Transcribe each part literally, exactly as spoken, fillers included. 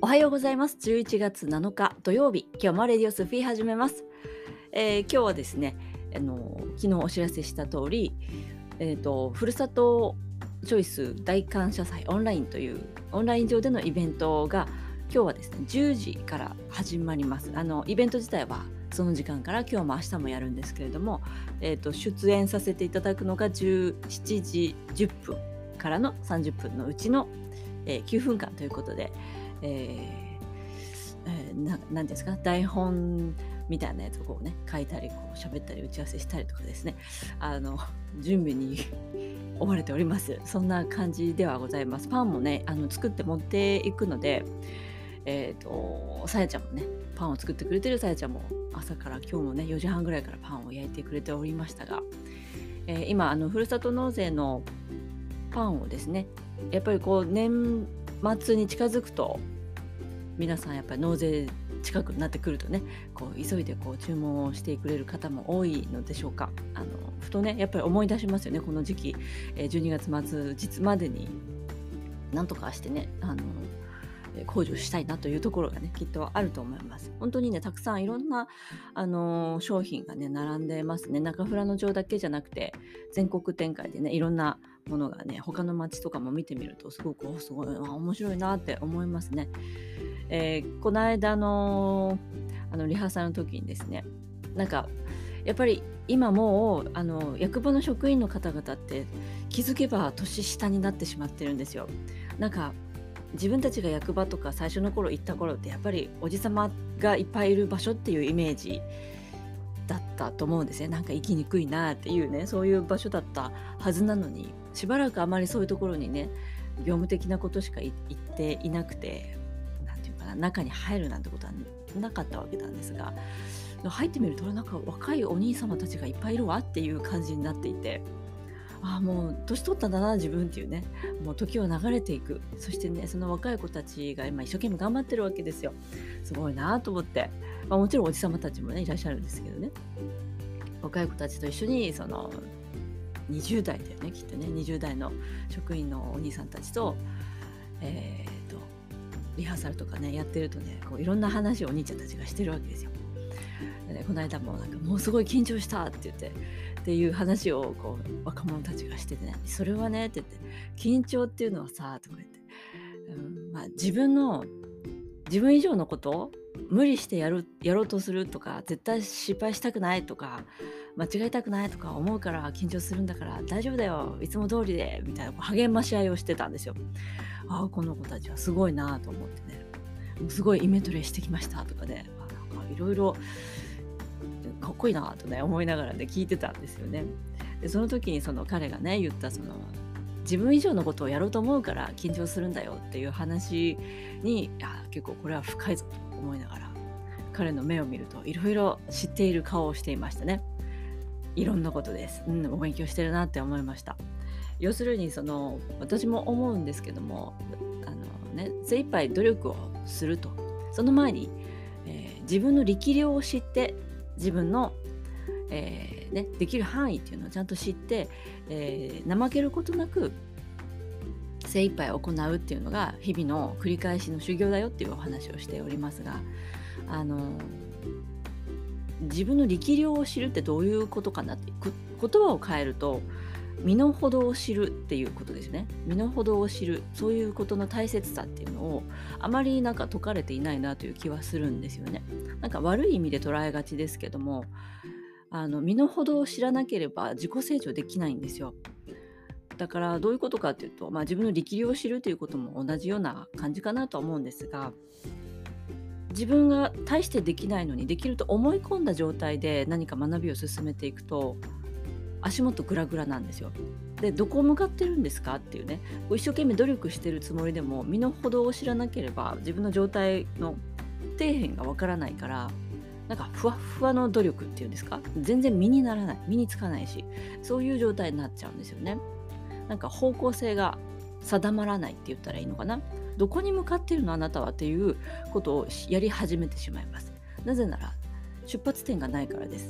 はようございます。じゅういちがつなのか土曜日、今日もレディオスフィー始めます。えー今日はですね、あの昨日お知らせした通り、えーとふるさとチョイス大感謝祭オンラインというオンライン上でのイベントが今日はですねじゅうじから始まります。あのイベント自体はその時間から今日も明日もやるんですけれども、えーと出演させていただくのがじゅうしちじじゅっぷんからのさんじゅっぷんのうちの、えーきゅうふんかんということで、えーえーななんですか、台本みたいなやつをこうね書いたりこう喋ったり打ち合わせしたりとかですね、あの準備に追われております。そんな感じではございます。パンもねあの作って持っていくので、えっ、とさやちゃんもねパンを作ってくれてるさやちゃんも朝から今日もねよじはんぐらいからパンを焼いてくれておりましたが、えー今あのふるさと納税のパンをですねやっぱりこう年末に近づくと皆さんやっぱり納税近くになってくるとねこう急いでこう注文をしてくれる方も多いのでしょうか。あのふとねやっぱり思い出しますよね、この時期、えーじゅうにがつ末日までになんとかしてねあのえー控除したいなというところがねきっとあると思います。本当にねたくさんいろんな、あのー商品がね並んでますね。中富良野町だけじゃなくて全国展開でねいろんなものがね他の町とかも見てみるとすごくおすごいあ面白いなって思いますね。えーこの間のあのリハーサルの時にですねなんかやっぱり今もうあの役場の職員の方々って気づけば年下になってしまってるんですよ。なんか自分たちが役場とか最初の頃行った頃ってやっぱりおじさまがいっぱいいる場所っていうイメージだったと思うんですね。なんか行きにくいなっていうねそういう場所だったはずなのにしばらくあまりそういうところにね業務的なことしかい言っていなくて、なんていうかな中に入るなんてことはなかったわけなんですが、入ってみるとなんか若いお兄様たちがいっぱいいるわっていう感じになっていて、ああもう年取ったんだな自分っていうね、もう時は流れていく。そしてねその若い子たちが今一生懸命頑張ってるわけですよ。すごいなと思って、まあ、もちろんおじさまたちもねいらっしゃるんですけどね、若い子たちと一緒にそのにじゅう代だよねきっとねにじゅう代の職員のお兄さんたちとえー、とリハーサルとかねやってるとねこういろんな話をお兄ちゃんたちがしてるわけですよ。でね、この間もなんかもうすごい緊張したって言ってっていう話をこう若者たちがしててね、それはねって言って緊張っていうのはさとか言って、うんまあ、自分の自分以上のことを無理してやるやろうとするとか絶対失敗したくないとか間違えたくないとか思うから緊張するんだから大丈夫だよいつも通りでみたいなこう励まし合いをしてたんですよ。ああこの子たちはすごいなと思ってね、もうすごいイメトレしてきましたとかね、あなんかいろいろかっこいいなとね思いながらね聞いてたんですよね。でその時にその彼がね言ったその自分以上のことをやろうと思うから緊張するんだよっていう話にあ結構これは深いぞと思いながら彼の目を見るといろいろ知っている顔をしていましたね。いろんなことです、うん、お勉強してるなって思いました。要するにその私も思うんですけども、あの、ね、精一杯努力をするとその前に、えー自分の力量を知って自分の、えーね、できる範囲っていうのをちゃんと知って、えー怠けることなく精一杯行うっていうのが日々の繰り返しの修行だよっていうお話をしておりますが、あの自分の力量を知るってどういうことかなってく言葉を変えると身の程を知るっていうことですね。身の程を知る、そういうことの大切さっていうのをあまりなんか説かれていないなという気はするんですよね。なんか悪い意味で捉えがちですけども、あの身の程を知らなければ自己成長できないんですよ。だからどういうことかっていうと、まあ、自分の力量を知るということも同じような感じかなとは思うんですが、自分が大してできないのにできると思い込んだ状態で何か学びを進めていくと足元グラグラなんですよ。でどこ向かってるんですかっていうね、こう一生懸命努力してるつもりでも身の程を知らなければ自分の状態の底辺がわからないから、なんかふわっふわの努力っていうんですか、全然身にならない、身につかないし、そういう状態になっちゃうんですよね。なんか方向性が定まらないって言ったらいいのかな。どこに向かっているのあなたはっていうことをやり始めてしまいます。なぜなら出発点がないからです。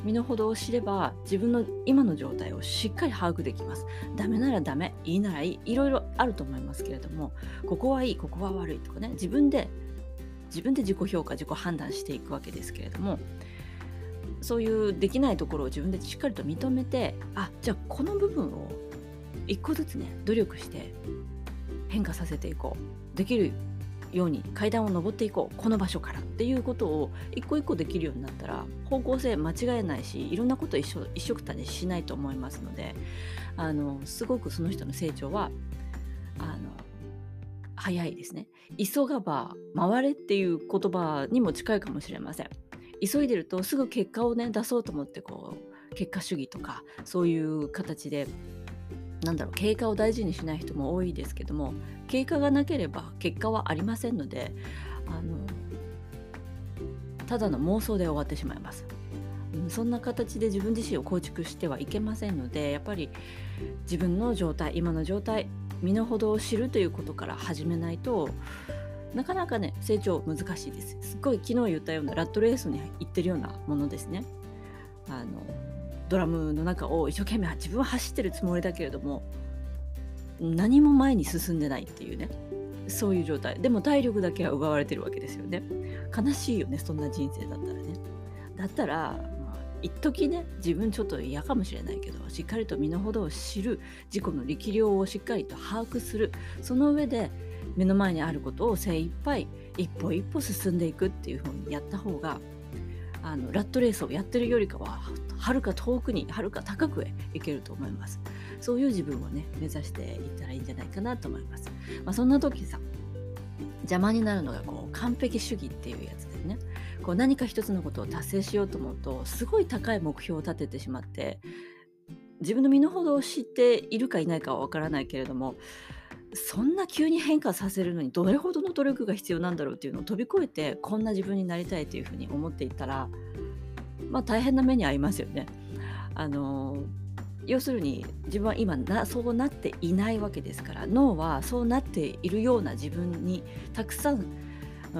身の程を知れば自分の今の状態をしっかり把握できます。ダメならダメ、いいならいい、いろいろあると思いますけれども、ここはいい、ここは悪いとかね、自分で自分で自己評価、自己判断していくわけですけれども、そういうできないところを自分でしっかりと認めて、あ、じゃあこの部分を一個ずつね努力して変化させていこう、できるように階段を上っていこう、この場所からっていうことを一個一個できるようになったら、方向性間違えないし、いろんなこと一緒一緒くたにしないと思いますので、あのすごくその人の成長はあの早いですね。急がば回れっていう言葉にも近いかもしれません。急いでるとすぐ結果をね出そうと思って、こう結果主義とかそういう形で、なんだろう、経過を大事にしない人も多いですけども、経過がなければ結果はありませんので、あのただの妄想で終わってしまいます。うん、そんな形で自分自身を構築してはいけませんので、やっぱり自分の状態、今の状態、身の程を知るということから始めないと、なかなかね成長難しいです。すっごい昨日言ったようなラットレースに行ってるようなものですね。あのドラムの中を一生懸命自分は走ってるつもりだけれども、何も前に進んでないっていうね、そういう状態でも体力だけは奪われてるわけですよね。悲しいよね、そんな人生だったらね。だったら、まあ、一時ね自分ちょっと嫌かもしれないけど、しっかりと身の程を知る、自己の力量をしっかりと把握する、その上で目の前にあることを精一杯一歩一歩進んでいくっていう風にやった方が、あのラットレースをやってるよりかははるか遠くに、はるか高くへ行けると思います。そういう自分をね目指していったらいいんじゃないかなと思います。まあ、そんな時さ、邪魔になるのがこう完璧主義っていうやつですね。こう何か一つのことを達成しようと思うと、すごい高い目標を立ててしまって、自分の身の程を知っているかいないかはわからないけれども、そんな急に変化させるのにどれほどの努力が必要なんだろうっていうのを飛び越えて、こんな自分になりたいというふうに思っていったら、まあ大変な目に遭いますよね。あの要するに自分は今なそうなっていないわけですから、脳はそうなっているような自分にたくさん、うん、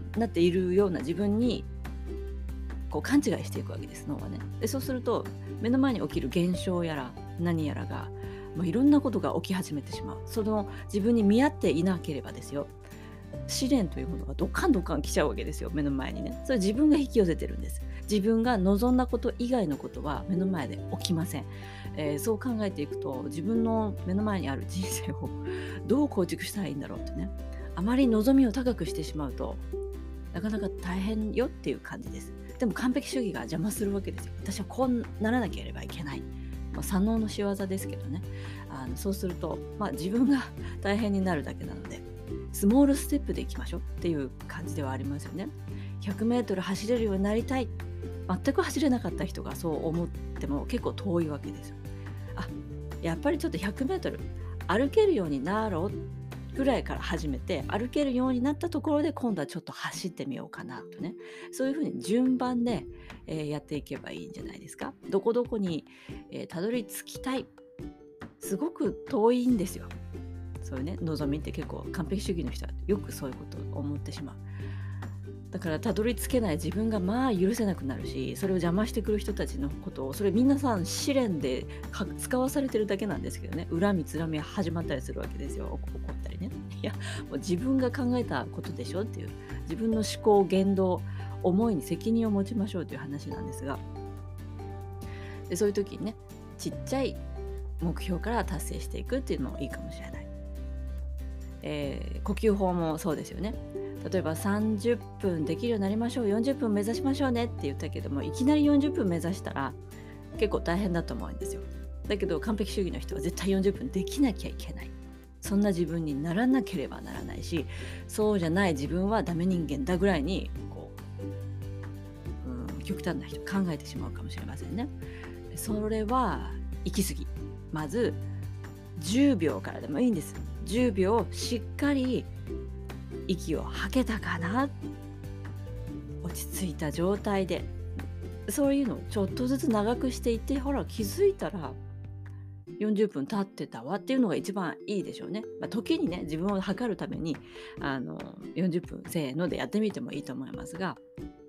なっているような自分にこう勘違いしていくわけです、脳はね。でそうすると目の前に起きる現象やら何やらが、まあ、いろんなことが起き始めてしまう。その自分に見合っていなければですよ、試練というものがドカンドカン来ちゃうわけですよ、目の前にね。それ自分が引き寄せてるんです。自分が望んだこと以外のことは目の前で起きません。えーそう考えていくと、自分の目の前にある人生をどう構築したらいいんだろうってね、あまり望みを高くしてしまうとなかなか大変よっていう感じです。でも完璧主義が邪魔するわけですよ。私はこうならなければいけない。まあ、左脳の仕業ですけどね。あのそうすると、まあ、自分が大変になるだけなので、スモールステップでいきましょうっていう感じではありますよね。ひゃくメートル走れるようになりたい。全く走れなかった人がそう思っても結構遠いわけですよ。あ、やっぱりちょっとひゃくメートル歩けるようになろうぐらいから始めて、歩けるようになったところで今度はちょっと走ってみようかなとね、そういうふうに順番で、えーやっていけばいいんじゃないですか。どこどこに、えーたどり着きたい、すごく遠いんですよ。そういうね望みって結構完璧主義の人はよくそういうことを思ってしまう。だからたどり着けない自分がまあ許せなくなるし、それを邪魔してくる人たちのことを、それ皆さん試練でか使わされてるだけなんですけどね、恨みつらみ始まったりするわけですよ。怒ったりね。いや、もう自分が考えたことでしょっていう、自分の思考言動思いに責任を持ちましょうという話なんですが、でそういう時にね、ちっちゃい目標から達成していくっていうのもいいかもしれない。えー呼吸法もそうですよね。例えばさんじゅっぷんできるようになりましょう、よんじゅっぷん目指しましょうねって言ったけども、いきなりよんじゅっぷん目指したら結構大変だと思うんですよ。だけど完璧主義の人は絶対よんじゅっぷんできなきゃいけない、そんな自分にならなければならないし、そうじゃない自分はダメ人間だぐらいにこう、うん、極端な人考えてしまうかもしれませんね。それは行き過ぎ。まずじゅうびょうからでもいいんです。じゅうびょうしっかり息を吐けたかな、落ち着いた状態で、そういうのをちょっとずつ長くしていって、ほら気づいたらよんじゅっぷん経ってたわっていうのが一番いいでしょうね。まあ、時にね自分を測るためにあのよんじゅっぷんせーのでやってみてもいいと思いますが、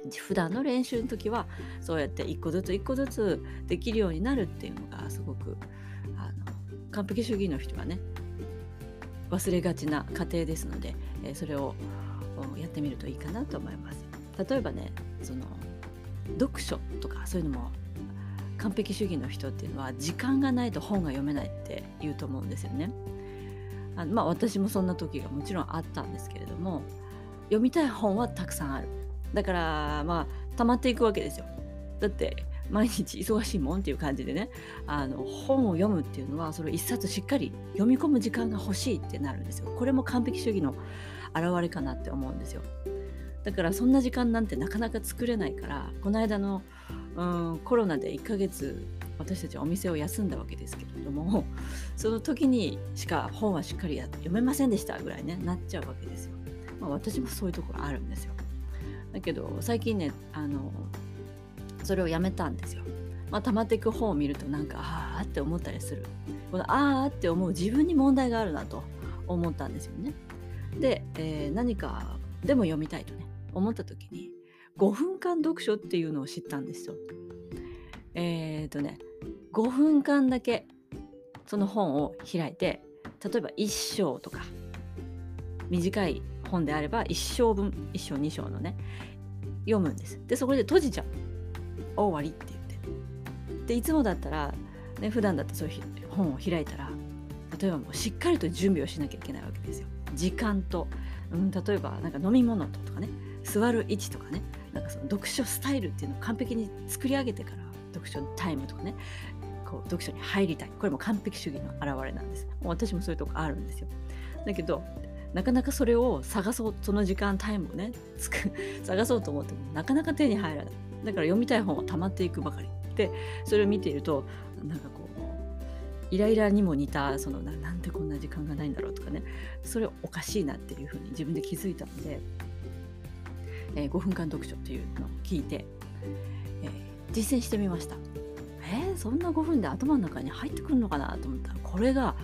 普段の練習の時はそうやって一個ずつ一個ずつできるようになるっていうのがすごくあの完璧主義の人はね忘れがちな過程ですので、えーそれをおやってみるといいかなと思います。例えばね、その読書とかそういうのも完璧主義の人っていうのは時間がないと本が読めないって言うと思うんですよね。あのまあ私もそんな時がもちろんあったんですけれども、読みたい本はたくさんある。だからまあ溜まっていくわけですよ。だって毎日忙しいもんっていう感じでね、あの本を読むっていうのはそれを一冊しっかり読み込む時間が欲しいってなるんですよ。これも完璧主義の表れかなって思うんですよ。だからそんな時間なんてなかなか作れないから、この間のうんコロナでいっかげつ私たちはお店を休んだわけですけれども、その時にしか本はしっかりや読めませんでしたぐらいねなっちゃうわけですよ。まあ、私もそういうところあるんですよ。だけど最近ねあのそれをやめたんですよ。まあ、溜まっていく本を見るとなんかあーって思ったりする。このあーって思う自分に問題があるなと思ったんですよね。で、えー何かでも読みたいとね思った時にごふんかん読書っていうのを知ったんですよ。えーとねごふんかんだけその本を開いて、例えばいっ章とか短い本であればいっ章分いっ章に章のね読むんです。でそこで閉じちゃう。終わりって言って。でいつもだったら、ね、普段だってそういう本を開いたら例えばもうしっかりと準備をしなきゃいけないわけですよ。時間と、うん、例えばなんか飲み物ととかね座る位置とかね、なんかその読書スタイルっていうのを完璧に作り上げてから読書タイムとかねこう読書に入りたい。これも完璧主義の表れなんです。もう私もそういうとこあるんですよ。だけどなかなかそれを探そう、その時間タイムをねつく探そうと思ってもなかなか手に入らない。だから読みたい本は溜まっていくばかりで、それを見ているとなんかこうイライラにも似たその な, なんでこんな時間がないんだろうとかね、それおかしいなっていうふうに自分で気づいたので、えー、ごふんかん読書っていうのを聞いて、えー実践してみました。えー、そんなごふんで頭の中に入ってくるのかなと思ったら、これが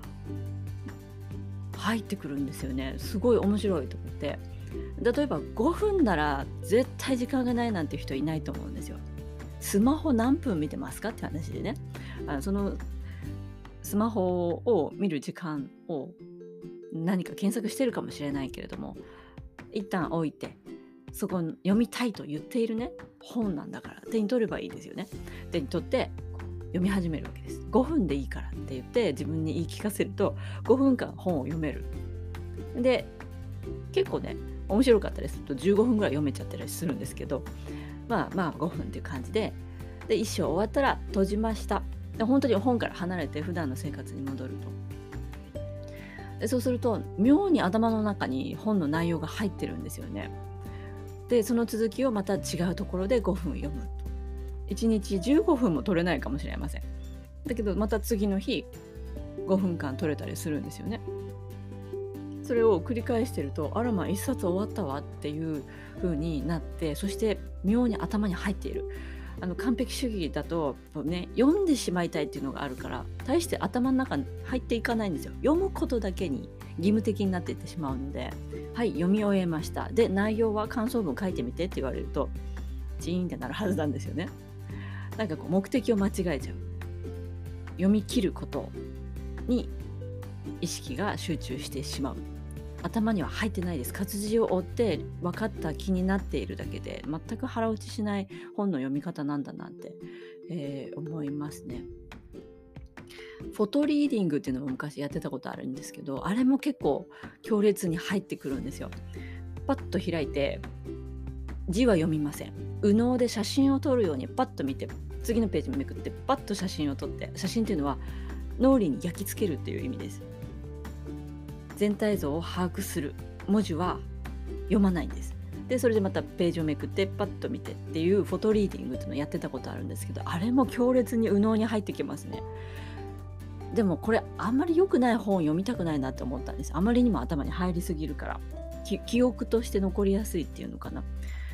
入ってくるんですよね。すごい面白いと思って。例えばごふんなら絶対時間がないなんていう人いないと思うんですよ。スマホ何分見てますかって話でね、あのそのスマホを見る時間を何か検索してるかもしれないけれども、一旦置いてそこに読みたいと言っているね本なんだから手に取ればいいですよね。手に取って読み始めるわけです。ごふんでいいからって言って自分に言い聞かせるとごふんかん本を読める。で結構ね面白かったりするとじゅうごふんぐらい読めちゃったりするんですけど、まあまあごふんっていう感じで、で一章終わったら閉じました。で本当に本から離れて普段の生活に戻ると、でそうすると妙に頭の中に本の内容が入ってるんですよね。でその続きをまた違うところでごふん読むと、いちにちじゅうごふんも取れないかもしれません。だけどまた次の日ごふんかん取れたりするんですよね。それを繰り返してると、あらまあ一冊終わったわっていう風になって、そして妙に頭に入っている。あの完璧主義だとね、読んでしまいたいっていうのがあるから大して頭の中に入っていかないんですよ。読むことだけに義務的になっていってしまうので、はい読み終えました、で内容は感想文書いてみてって言われるとチーンってなるはずなんですよね。なんかこう目的を間違えちゃう。読み切ることに意識が集中してしまう。頭には入ってないです。活字を追って分かった気になっているだけで全く腹落ちしない本の読み方なんだなって、えー思いますね。フォトリーディングっていうのも昔やってたことあるんですけど、あれも結構強烈に入ってくるんですよ。パッと開いて字は読みません。右脳で写真を撮るようにパッと見て、次のページめくってパッと写真を撮って、写真っていうのは脳裏に焼き付けるっていう意味です。全体像を把握する。文字は読まないんです。でそれでまたページをめくってパッと見てっていうフォトリーディングっていうのをやってたことあるんですけど、あれも強烈に右脳に入ってきますね。でもこれあんまり良くない本を読みたくないなって思ったんです。あまりにも頭に入りすぎるから、き記憶として残りやすいっていうのかな。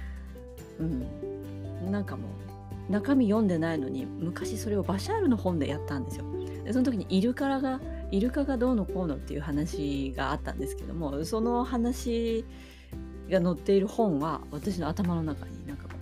うんなんかもう中身読んでないのに昔それをバシャールの本でやったんですよ。でその時にイルカがイルカがどうのこうのっていう話があったんですけども、その話が載っている本は私の頭の中になんか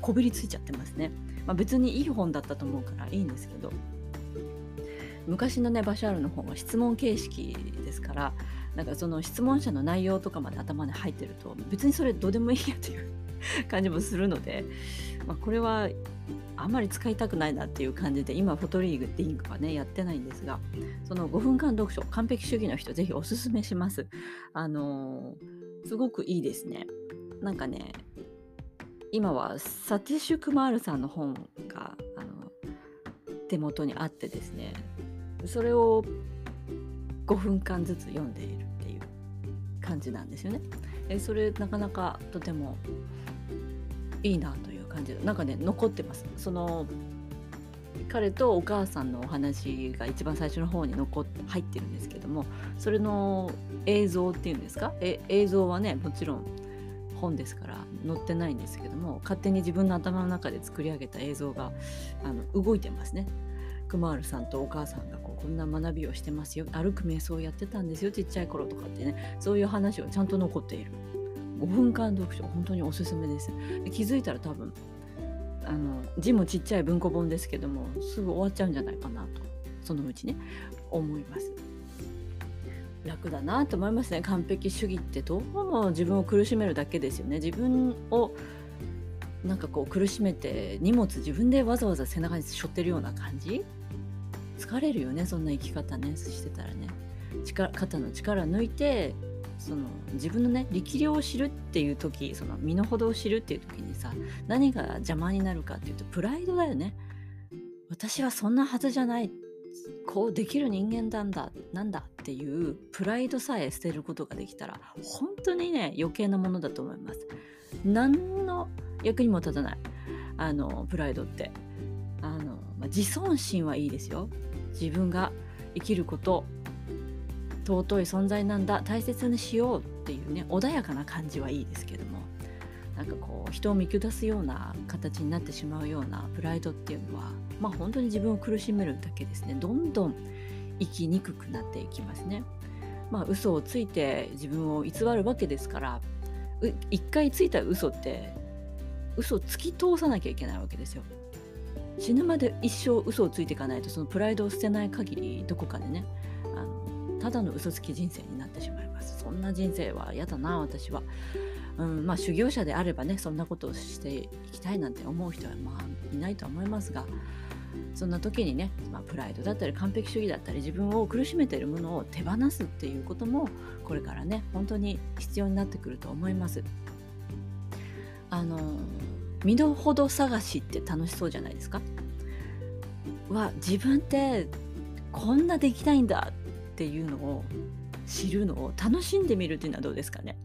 こびりついちゃってますね。まあ、別にいい本だったと思うからいいんですけど、昔のねバシャールの本は質問形式ですから、なんかその質問者の内容とかまで頭に入ってると別にそれどうでもいいやという感じもするので、まあ、これはあんまり使いたくないなっていう感じで今フォトリーグってリンクはねやってないんですが、そのごふんかん読書完璧主義の人ぜひおすすめします。あのー、すごくいいですね。なんかね今はサティシュクマールさんの本があの手元にあってですね、それをごふんかんずつ読んでいるっていう感じなんですよね。えそれなかなかとてもいいなという感じで、なんかね残ってます。その彼とお母さんのお話が一番最初の方に残っ入ってるんですけども、それの映像っていうんですか、え映像はねもちろん本ですから載ってないんですけども、勝手に自分の頭の中で作り上げた映像があの動いてますね。クマールさんとお母さんがこうこんな学びをしてますよ、歩く瞑想をやってたんですよちっちゃい頃とかってね、そういう話がちゃんと残っているごふんかん読書本当におすすめです。で気づいたら多分あの字もちっちゃい文庫本ですけどもすぐ終わっちゃうんじゃないかなとそのうちね思います。楽だなと思いますね。完璧主義ってどうも自分を苦しめるだけですよね。自分をなんかこう苦しめて荷物自分でわざわざ背中に背負ってるような感じ、疲れるよねそんな生き方ねしてたらね。力肩の力抜いてその自分のね力量を知るっていう時、その身の程を知るっていう時にさ、何が邪魔になるかっていうとプライドだよね。私はそんなはずじゃない、こうできる人間なんだなんだっていうプライドさえ捨てることができたら本当にね余計なものだと思います。何の役にも立たないあのプライドってあの、まあ、自尊心はいいですよ。自分が生きること尊い存在なんだ、大切にしようっていうね穏やかな感じはいいですけども、なんかこう人を見下すような形になってしまうようなプライドっていうのはまあ本当に自分を苦しめるだけですね。どんどん生きにくくなっていきますね。まあ嘘をついて自分を偽るわけですから、一回ついた嘘って嘘を突き通さなきゃいけないわけですよ。死ぬまで一生嘘をついていかないとそのプライドを捨てない限りどこかでねあのただの嘘つき人生になってしまいます。そんな人生は嫌だな私は。うん、まあ修行者であればねそんなことをしていきたいなんて思う人はまあいないとは思いますが、そんな時にね、まあ、プライドだったり完璧主義だったり自分を苦しめているものを手放すっていうこともこれからね本当に必要になってくると思います。あの身の程探しって楽しそうじゃないですか。わ自分ってこんなできないんだっていうのを知るのを楽しんでみるっていうのはどうですかね。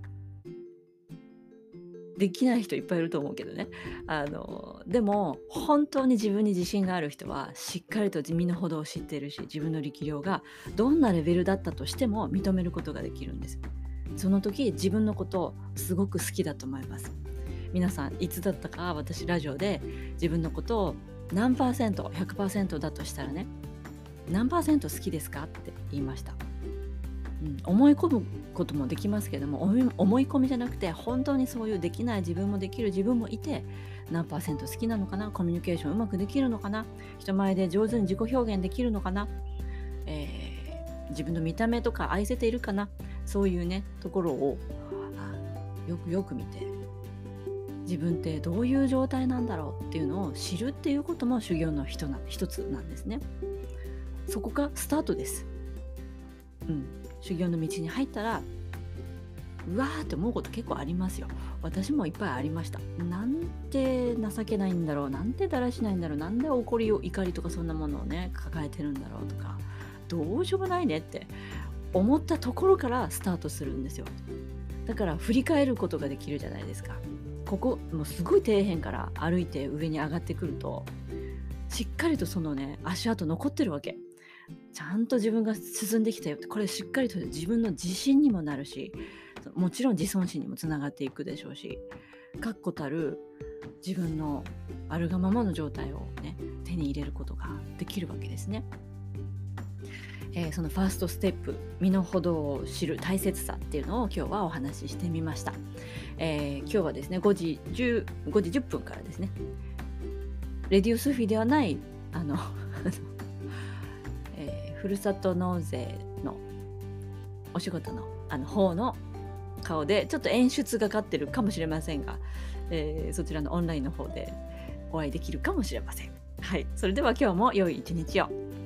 できない人いっぱいいると思うけどね。あのでも本当に自分に自信がある人はしっかりと身の程を知っているし、自分の力量がどんなレベルだったとしても認めることができるんです。その時自分のことをすごく好きだと思います。皆さんいつだったか私ラジオで自分のことを何パーセント ひゃくパーセント だとしたらね何パーセント好きですかって言いました。うん、思い込むこともできますけども、思い思い込みじゃなくて本当にそういうできない自分もできる自分もいて、何パーセント好きなのかな、コミュニケーションうまくできるのかな、人前で上手に自己表現できるのかな、えー自分の見た目とか愛せているかな、そういうねところをあよくよく見て自分ってどういう状態なんだろうっていうのを知るっていうことも修行の一な一つなんですね。そこがスタートです。うん、修行の道に入ったらうわーって思うこと結構ありますよ。私もいっぱいありました。なんて情けないんだろう、なんてだらしないんだろう、なんで怒りを怒りとかそんなものをね抱えてるんだろうとか、どうしようもないねって思ったところからスタートするんですよ。だから振り返ることができるじゃないですか。ここもうすごい底辺から歩いて上に上がってくるとしっかりとそのね足跡残ってるわけ。ちゃんと自分が進んできたよって、これしっかりと自分の自信にもなるし、もちろん自尊心にもつながっていくでしょうし、確固たる自分のあるがままの状態をね手に入れることができるわけですね。 えーそのファーストステップ、身の程を知る大切さっていうのを今日はお話ししてみました。えー今日はですねごじじゅう、ごじじゅっぷんからですね、レディオスフィーではないあの、えーふるさと納税のお仕事のあの方の顔でちょっと演出がかってるかもしれませんが、えーそちらのオンラインの方でお会いできるかもしれません。はい、それでは今日も良い一日を。